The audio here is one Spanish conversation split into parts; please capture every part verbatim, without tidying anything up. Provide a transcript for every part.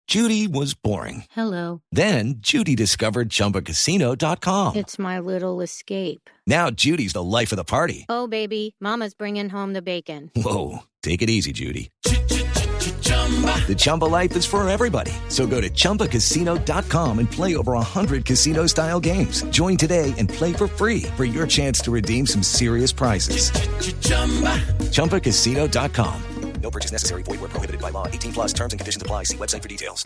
Judy was boring. Hello. Then Judy discovered Chumba Casino dot com. It's my little escape. Now Judy's the life of the party. Oh, baby, mama's bringing home the bacon. Whoa, take it easy, Judy. The Chumba life is for everybody. So go to Chumba Casino dot com and play over one hundred casino-style games. Join today and play for free for your chance to redeem some serious prizes. Chumba Casino dot com. No purchase necessary. Void where prohibited by law. eighteen plus terms and conditions apply. See website for details.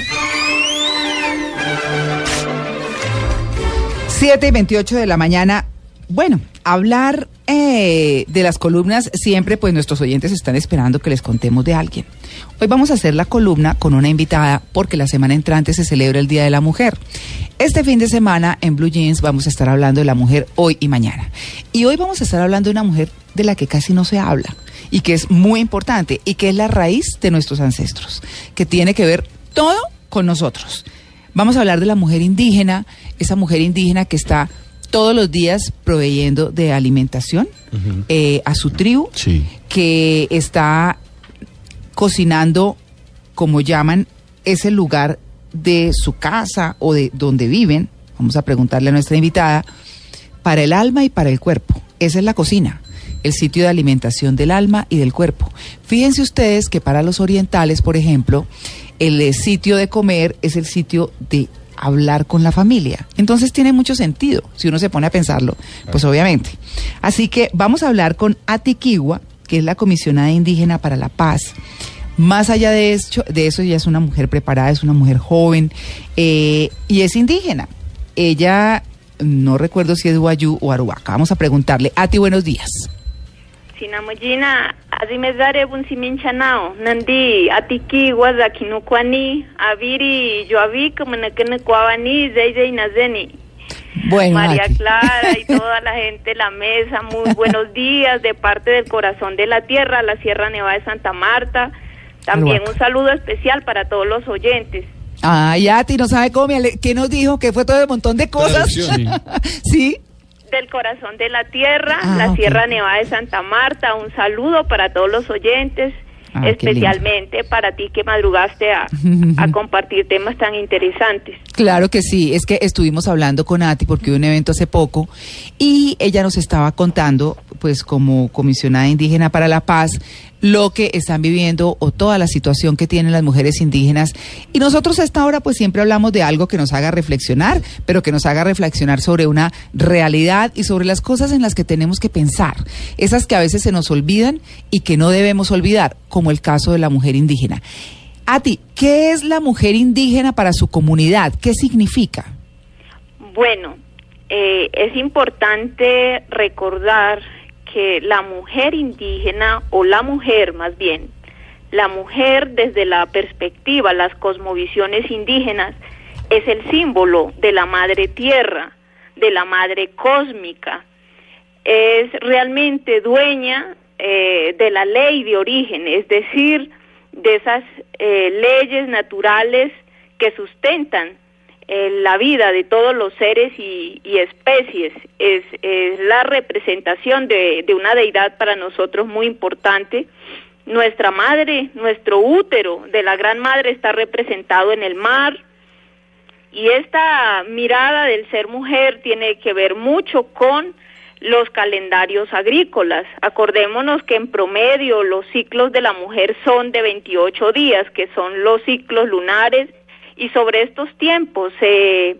siete y veintiocho de la mañana. Bueno, hablar eh, de las columnas siempre, pues nuestros oyentes están esperando que les contemos de alguien. Hoy vamos a hacer la columna con una invitada porque la semana entrante se celebra el Día de la Mujer. Este fin de semana en Blue Jeans vamos a estar hablando de la mujer hoy y mañana. Y hoy vamos a estar hablando de una mujer de la que casi no se habla y que es muy importante y que es la raíz de nuestros ancestros, que tiene que ver todo con nosotros. Vamos a hablar de la mujer indígena, esa mujer indígena que está todos los días proveyendo de alimentación uh-huh. eh, a su tribu, sí. que está cocinando, como llaman, ese lugar de su casa o de donde viven, vamos a preguntarle a nuestra invitada, para el alma y para el cuerpo. Esa es la cocina, el sitio de alimentación del alma y del cuerpo. Fíjense ustedes que para los orientales, por ejemplo, el sitio de comer es el sitio de hablar con la familia. Entonces tiene mucho sentido, si uno se pone a pensarlo, pues obviamente. Así que vamos a hablar con Ati Kiwa, que es la comisionada indígena para la paz. Más allá de eso, de eso ella es una mujer preparada, es una mujer joven, eh, y es indígena. Ella, no recuerdo si es Wayuu o Aruaca. Vamos a preguntarle. Ati, buenos días. Sinamojina, azimezare bunsiminchanao, nandi, atiki, wazakinukwani, aviri, yoavi, kumenekenekuavani, zeizei nazeni. Bueno, María Ati. Clara y toda la gente de la mesa, muy buenos días de parte del corazón de la tierra, la Sierra Nevada de Santa Marta. También Aruaca. un saludo especial para todos los oyentes. Ay, Ati, no sabe cómo, me ale- ¿qué nos dijo? Que fue todo un montón de cosas. Sí. ¿Sí? Del corazón de la tierra, Ah, la ok. Sierra Nevada de Santa Marta, un saludo para todos los oyentes, Ah, qué especialmente para ti que madrugaste a, a compartir temas tan interesantes. Claro que sí, es que estuvimos hablando con Ati porque hubo un evento hace poco y ella nos estaba contando, pues como comisionada indígena para la paz, lo que están viviendo o toda la situación que tienen las mujeres indígenas. Y nosotros a esta hora pues siempre hablamos de algo que nos haga reflexionar, pero que nos haga reflexionar sobre una realidad y sobre las cosas en las que tenemos que pensar, esas que a veces se nos olvidan y que no debemos olvidar, como el caso de la mujer indígena. Ati, ¿qué es la mujer indígena para su comunidad? ¿Qué significa? Bueno, eh, es importante recordar que la mujer indígena, o la mujer más bien, la mujer desde la perspectiva, las cosmovisiones indígenas, es el símbolo de la madre tierra, de la madre cósmica, es realmente dueña eh, de la ley de origen, es decir, de esas eh, leyes naturales que sustentan eh, la vida de todos los seres y, y especies. Es, es la representación de, de una deidad para nosotros muy importante. Nuestra madre, nuestro útero de la gran madre está representado en el mar, y esta mirada del ser mujer tiene que ver mucho con los calendarios agrícolas. Acordémonos que en promedio los ciclos de la mujer son de veintiocho días, que son los ciclos lunares, y sobre estos tiempos se,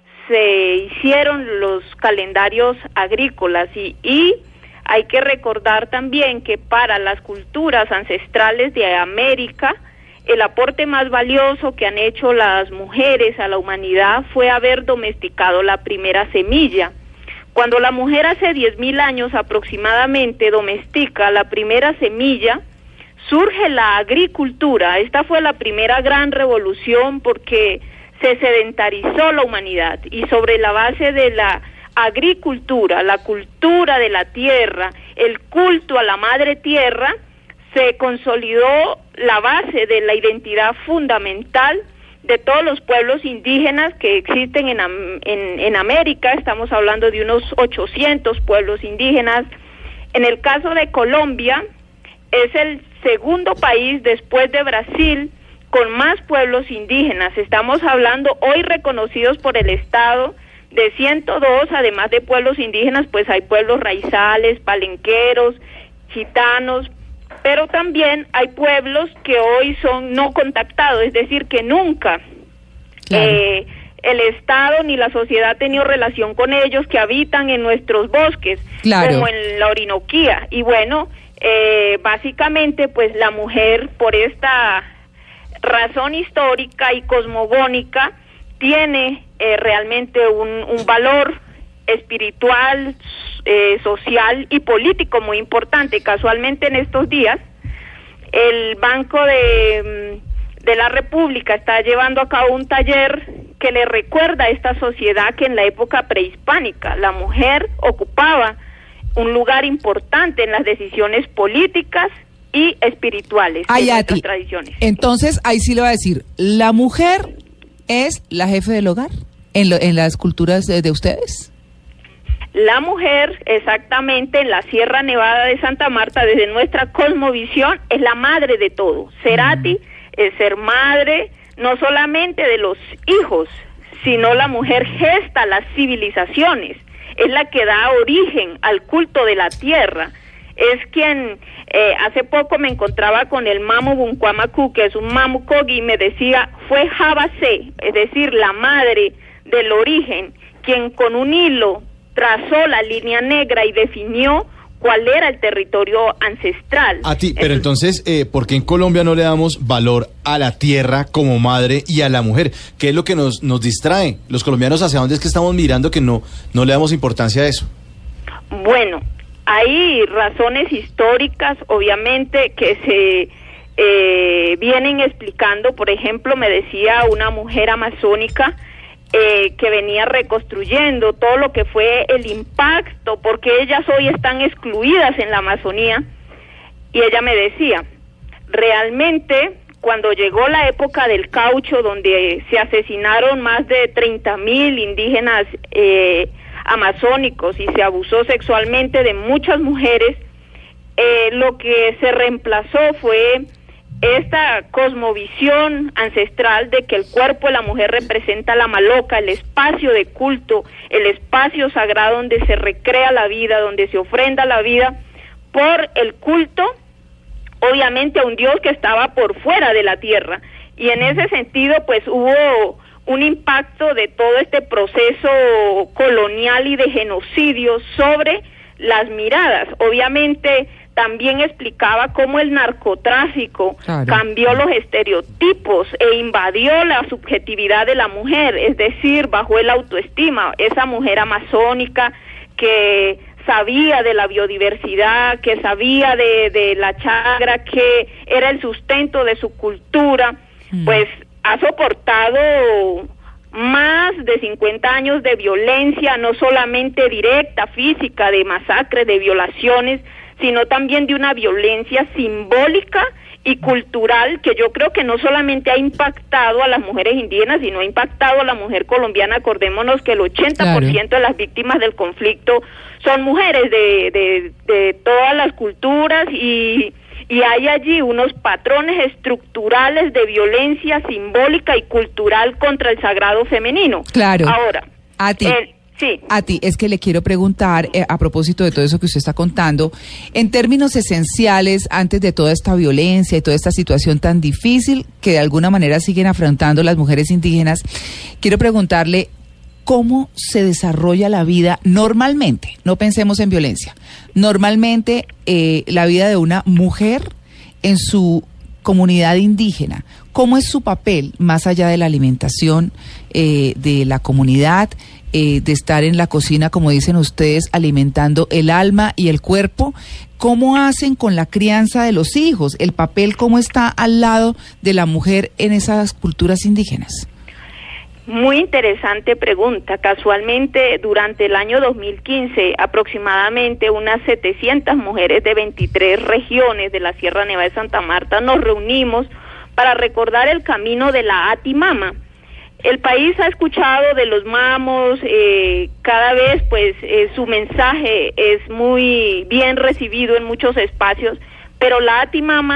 se hicieron los calendarios agrícolas, y, y hay que recordar también que para las culturas ancestrales de América, el aporte más valioso que han hecho las mujeres a la humanidad fue haber domesticado la primera semilla. Cuando la mujer hace diez mil años aproximadamente domestica la primera semilla, surge la agricultura. Esta fue la primera gran revolución porque se sedentarizó la humanidad, y sobre la base de la agricultura, la cultura de la tierra, el culto a la madre tierra, se consolidó la base de la identidad fundamental de todos los pueblos indígenas que existen en, en, en América. Estamos hablando de unos ochocientos pueblos indígenas. En el caso de Colombia, es el segundo país después de Brasil con más pueblos indígenas. Estamos hablando hoy reconocidos por el Estado de ciento dos, además de pueblos indígenas, pues hay pueblos raizales, palenqueros, gitanos, pero también hay pueblos que hoy son no contactados, es decir, que nunca claro. eh, el Estado ni la sociedad ha tenido relación con ellos, que habitan en nuestros bosques, claro. como en la Orinoquía. Y bueno, eh, básicamente pues la mujer, por esta razón histórica y cosmogónica, tiene eh, realmente un, un valor espiritual, eh, social y político muy importante. Casualmente en estos días el Banco de, de la República está llevando a cabo un taller que le recuerda a esta sociedad que en la época prehispánica la mujer ocupaba un lugar importante en las decisiones políticas y espirituales Ay, de nuestras Ati, tradiciones. Entonces ahí sí le va a decir, la mujer es la jefe del hogar en, lo, en las culturas de, de ustedes. La mujer, exactamente, en la Sierra Nevada de Santa Marta, desde nuestra cosmovisión, es la madre de todo. Cerati mm. es ser madre no solamente de los hijos, sino la mujer gesta las civilizaciones, es la que da origen al culto de la tierra. Es quien, eh, hace poco me encontraba con el Mamu Bunkwamaku, que es un Mamu Kogi, y me decía, fue Jabase, es decir, la madre del origen, quien con un hilo trazó la línea negra y definió cuál era el territorio ancestral. A ti, pero entonces, eh, ¿por qué en Colombia no le damos valor a la tierra como madre y a la mujer? ¿Qué es lo que nos, nos distrae? Los colombianos, ¿hacia dónde es que estamos mirando que no, no le damos importancia a eso? Bueno, hay razones históricas, obviamente, que se eh, vienen explicando. Por ejemplo, me decía una mujer amazónica eh, que venía reconstruyendo todo lo que fue el impacto, porque ellas hoy están excluidas en la Amazonía, y ella me decía, realmente, cuando llegó la época del caucho, donde se asesinaron más de treinta mil indígenas eh, amazónicos y se abusó sexualmente de muchas mujeres, eh, lo que se reemplazó fue esta cosmovisión ancestral de que el cuerpo de la mujer representa la maloca, el espacio de culto, el espacio sagrado donde se recrea la vida, donde se ofrenda la vida por el culto, obviamente, a un Dios que estaba por fuera de la tierra. Y en ese sentido, pues hubo un impacto de todo este proceso colonial y de genocidio sobre las miradas. Obviamente también explicaba cómo el narcotráfico claro. cambió los estereotipos e invadió la subjetividad de la mujer, es decir, bajó el autoestima. Esa mujer amazónica que sabía de la biodiversidad, que sabía de, de la chagra, que era el sustento de su cultura, mm. pues ha soportado más de cincuenta años de violencia, no solamente directa, física, de masacres, de violaciones, sino también de una violencia simbólica y cultural que yo creo que no solamente ha impactado a las mujeres indígenas, sino ha impactado a la mujer colombiana. Acordémonos que el ochenta por ciento claro. de las víctimas del conflicto son mujeres de, de, de todas las culturas, y y hay allí unos patrones estructurales de violencia simbólica y cultural contra el sagrado femenino. Claro. Ahora, a ti, el, sí. a ti es que le quiero preguntar, eh, a propósito de todo eso que usted está contando, en términos esenciales, antes de toda esta violencia y toda esta situación tan difícil que de alguna manera siguen afrontando las mujeres indígenas, quiero preguntarle, ¿cómo se desarrolla la vida normalmente? No pensemos en violencia. Normalmente, eh, la vida de una mujer en su comunidad indígena. ¿Cómo es su papel, más allá de la alimentación eh, de la comunidad, eh, de estar en la cocina, como dicen ustedes, alimentando el alma y el cuerpo? ¿Cómo hacen con la crianza de los hijos? ¿El papel cómo está al lado de la mujer en esas culturas indígenas? Muy interesante pregunta. Casualmente, durante el año dos mil quince, aproximadamente unas setecientas mujeres de veintitrés regiones de la Sierra Nevada de Santa Marta nos reunimos para recordar el camino de la Atimama. El país ha escuchado de los mamos, eh, cada vez pues eh, su mensaje es muy bien recibido en muchos espacios, pero la Atimama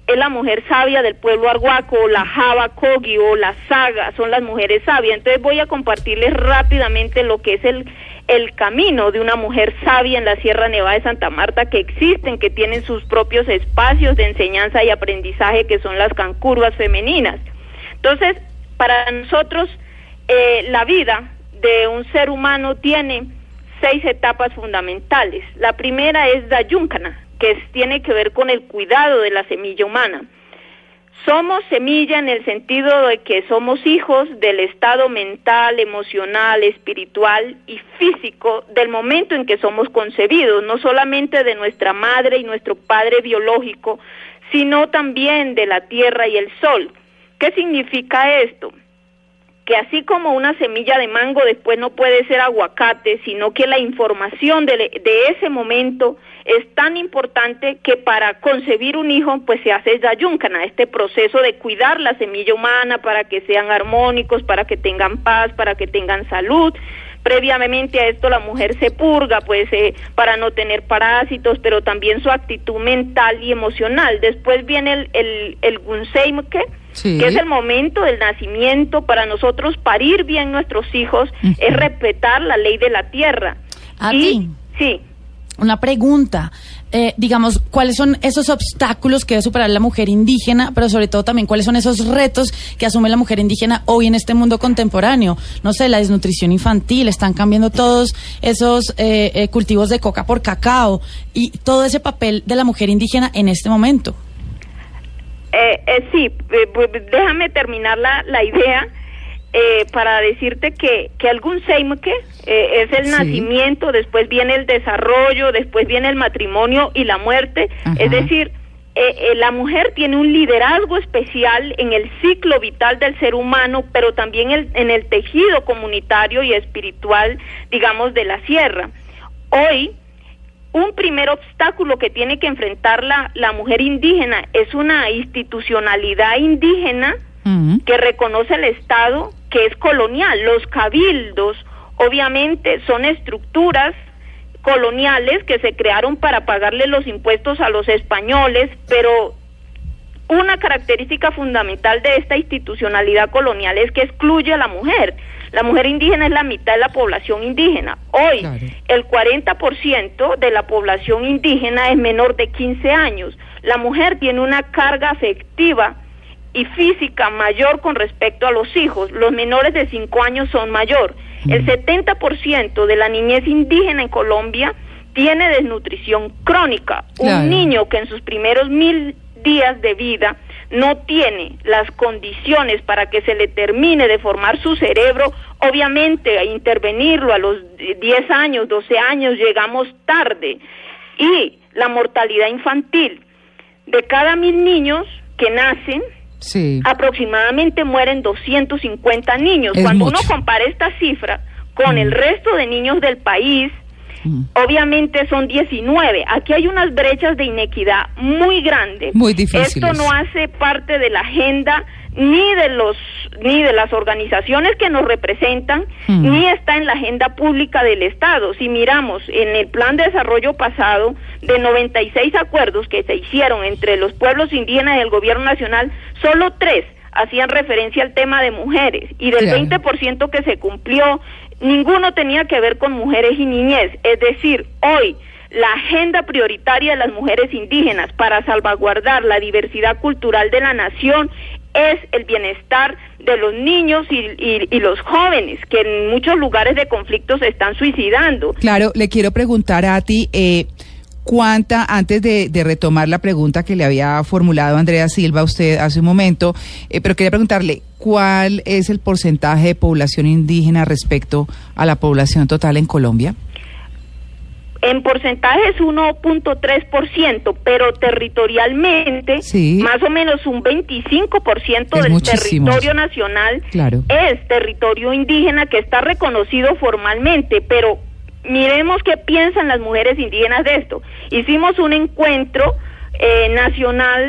es la mujer sabia del pueblo arhuaco, o la Java Kogi o la Saga, son las mujeres sabias. Entonces voy a compartirles rápidamente lo que es el, el camino de una mujer sabia en la Sierra Nevada de Santa Marta, que existen, que tienen sus propios espacios de enseñanza y aprendizaje, que son las cancurvas femeninas. Entonces, para nosotros, eh, la vida de un ser humano tiene seis etapas fundamentales. La primera es Dayunkana, que es, tiene que ver con el cuidado de la semilla humana. Somos semilla en el sentido de que somos hijos del estado mental, emocional, espiritual y físico del momento en que somos concebidos, no solamente de nuestra madre y nuestro padre biológico, sino también de la tierra y el sol. ¿Qué significa esto? Que así como una semilla de mango después no puede ser aguacate, sino que la información de, de ese momento es tan importante que para concebir un hijo pues se hace Dayunkana, este proceso de cuidar la semilla humana para que sean armónicos, para que tengan paz, para que tengan salud. Previamente a esto la mujer se purga pues eh, para no tener parásitos, pero también su actitud mental y emocional. Después viene el, el, el Gunseimke, sí, que es el momento del nacimiento. Para nosotros parir bien nuestros hijos uh-huh. es respetar la ley de la tierra. ¿A y, ti? Sí. Una pregunta, eh, digamos, ¿cuáles son esos obstáculos que debe superar la mujer indígena, pero sobre todo también cuáles son esos retos que asume la mujer indígena hoy en este mundo contemporáneo? No sé, la desnutrición infantil, están cambiando todos esos eh, eh, cultivos de coca por cacao y todo ese papel de la mujer indígena en este momento. Eh, eh, sí, eh, pues déjame terminar la, la idea. Eh, para decirte que, que algún Seimke eh, es el sí. nacimiento, después viene el desarrollo, después viene el matrimonio y la muerte. Ajá. Es decir, eh, eh, la mujer tiene un liderazgo especial en el ciclo vital del ser humano, pero también el, en el tejido comunitario y espiritual, digamos, de la sierra. Hoy, un primer obstáculo que tiene que enfrentar la, la mujer indígena es una institucionalidad indígena uh-huh. que reconoce el Estado, que es colonial. Los cabildos, obviamente, son estructuras coloniales que se crearon para pagarle los impuestos a los españoles, pero una característica fundamental de esta institucionalidad colonial es que excluye a la mujer. La mujer indígena es la mitad de la población indígena. Hoy, claro. el cuarenta por ciento de la población indígena es menor de quince años. La mujer tiene una carga afectiva y física mayor con respecto a los hijos. Los menores de cinco años son mayor. Mm. El setenta por ciento de la niñez indígena en Colombia tiene desnutrición crónica. Claro. Un niño que en sus primeros mil días de vida no tiene las condiciones para que se le termine de formar su cerebro, obviamente a intervenirlo a los diez años, doce años, llegamos tarde. Y la mortalidad infantil, de cada mil niños que nacen, sí. aproximadamente mueren doscientos cincuenta niños. Es Cuando mucho. uno compara esta cifra con mm. el resto de niños del país, mm. obviamente son diecinueve. Aquí hay unas brechas de inequidad muy grandes. Muy difíciles. Esto no hace parte de la agenda ni de los ni de las organizaciones que nos representan, mm. ni está en la agenda pública del Estado. Si miramos en el plan de desarrollo pasado, de noventa y seis acuerdos que se hicieron entre los pueblos indígenas y el gobierno nacional, solo tres hacían referencia al tema de mujeres, y del claro. veinte por ciento que se cumplió, ninguno tenía que ver con mujeres y niñez. Es decir, hoy la agenda prioritaria de las mujeres indígenas para salvaguardar la diversidad cultural de la nación es el bienestar de los niños y, y, y los jóvenes, que en muchos lugares de conflicto se están suicidando. Claro, le quiero preguntar a ti, eh, ¿cuánta, antes de, de retomar la pregunta que le había formulado Andrea Silva a usted hace un momento, eh, pero quería preguntarle, ¿cuál es el porcentaje de población indígena respecto a la población total en Colombia? En porcentaje es uno punto tres por ciento, pero territorialmente, sí. más o menos un veinticinco por ciento es del muchísimo. territorio nacional claro. es territorio indígena que está reconocido formalmente, pero miremos qué piensan las mujeres indígenas de esto. Hicimos un encuentro eh, nacional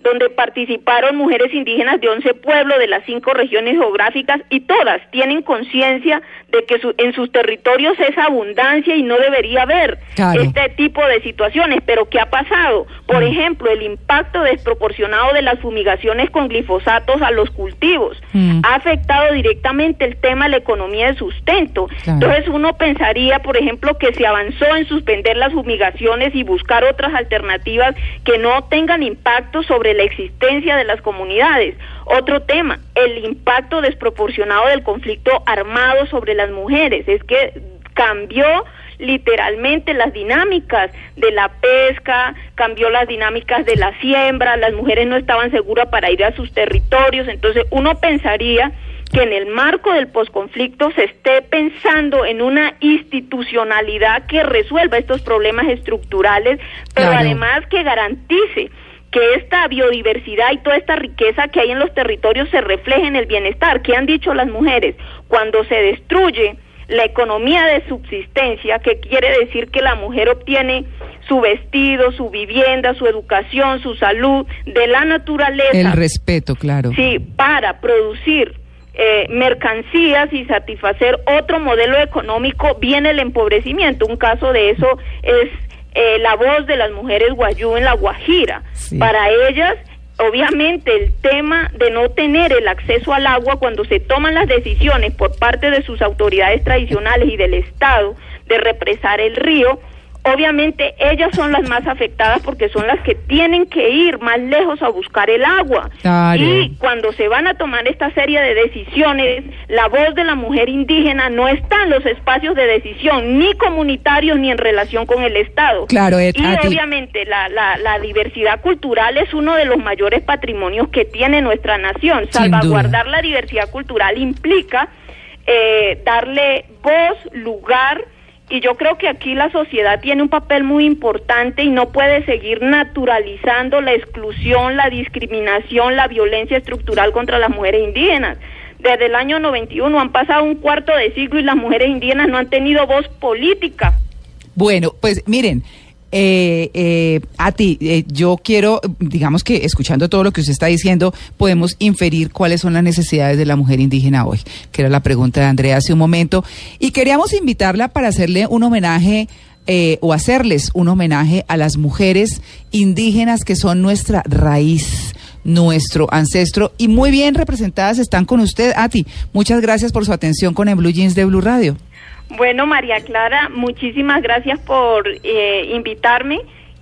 donde participaron mujeres indígenas de once pueblos de las cinco regiones geográficas, y todas tienen conciencia de que su, en sus territorios es abundancia y no debería haber claro. este tipo de situaciones. Pero ¿qué ha pasado? Por mm. ejemplo, el impacto desproporcionado de las fumigaciones con glifosatos a los cultivos mm. ha afectado directamente el tema de la economía de sustento. Claro. Entonces uno pensaría, por ejemplo, que se avanzó en suspender las fumigaciones y buscar otras alternativas que no tengan impacto sobre la existencia de las comunidades. Otro tema, el impacto desproporcionado del conflicto armado sobre las mujeres. Es que cambió literalmente las dinámicas de la pesca, cambió las dinámicas de la siembra, las mujeres no estaban seguras para ir a sus territorios. Entonces uno pensaría que en el marco del posconflicto se esté pensando en una institucionalidad que resuelva estos problemas estructurales, pero claro. además que garantice que esta biodiversidad y toda esta riqueza que hay en los territorios se refleje en el bienestar. ¿Qué han dicho las mujeres? Cuando se destruye la economía de subsistencia, que quiere decir que la mujer obtiene su vestido, su vivienda, su educación, su salud, de la naturaleza. El respeto, claro. Sí, para producir eh, mercancías y satisfacer otro modelo económico, viene el empobrecimiento. Un caso de eso es eh, la voz de las mujeres guayú en La Guajira. Sí. Para ellas, obviamente, el tema de no tener el acceso al agua cuando se toman las decisiones por parte de sus autoridades tradicionales y del Estado de represar el río, obviamente ellas son las más afectadas porque son las que tienen que ir más lejos a buscar el agua. Claro. Y cuando se van a tomar esta serie de decisiones, la voz de la mujer indígena no está en los espacios de decisión, ni comunitarios, ni en relación con el Estado. Claro, eh, y obviamente la, la, la diversidad cultural es uno de los mayores patrimonios que tiene nuestra nación. Salvaguardar la diversidad cultural implica eh, darle voz, lugar. Y yo creo que aquí la sociedad tiene un papel muy importante y no puede seguir naturalizando la exclusión, la discriminación, la violencia estructural contra las mujeres indígenas. Desde el año noventa y uno han pasado un cuarto de siglo y las mujeres indígenas no han tenido voz política. Bueno, pues miren, eh, eh, a ti, eh, yo quiero, digamos que escuchando todo lo que usted está diciendo, podemos inferir cuáles son las necesidades de la mujer indígena hoy, que era la pregunta de Andrea hace un momento, y queríamos invitarla para hacerle un homenaje eh, o hacerles un homenaje a las mujeres indígenas que son nuestra raíz, nuestro ancestro, y muy bien representadas están con usted. Ati, muchas gracias por su atención con el Blue Jeans de Blue Radio. Bueno, María Clara, muchísimas gracias por eh, invitarme,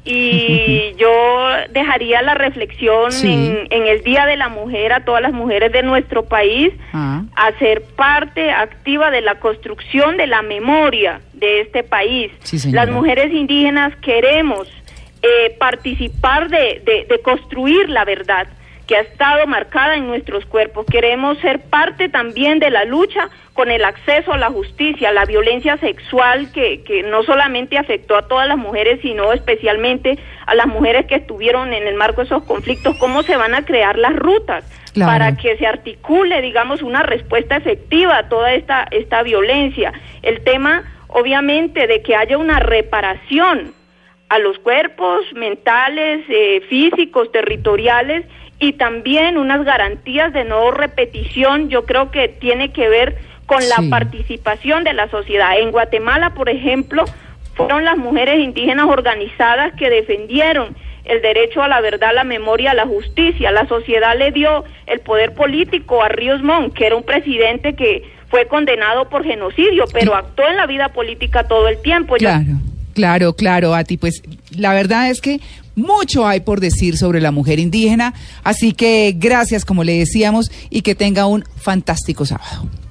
y yo dejaría la reflexión sí. en, en el Día de la Mujer a todas las mujeres de nuestro país, ah. a ser parte activa de la construcción de la memoria de este país. Sí, las mujeres indígenas queremos eh, participar de, de, de construir la verdad que ha estado marcada en nuestros cuerpos. Queremos ser parte también de la lucha con el acceso a la justicia, la violencia sexual que, que no solamente afectó a todas las mujeres, sino especialmente a las mujeres que estuvieron en el marco de esos conflictos. ¿Cómo se van a crear las rutas claro. para que se articule, digamos, una respuesta efectiva a toda esta, esta violencia? El tema, obviamente, de que haya una reparación a los cuerpos mentales, eh, físicos, territoriales, y también unas garantías de no repetición, yo creo que tiene que ver con sí. la participación de la sociedad. En Guatemala, por ejemplo, fueron las mujeres indígenas organizadas que defendieron el derecho a la verdad, a la memoria, a la justicia. La sociedad le dio el poder político a Ríos Montt, que era un presidente que fue condenado por genocidio, pero actuó en la vida política todo el tiempo. Claro, yo... claro, claro, Ati, pues la verdad es que mucho hay por decir sobre la mujer indígena, así que gracias, como le decíamos, y que tenga un fantástico sábado.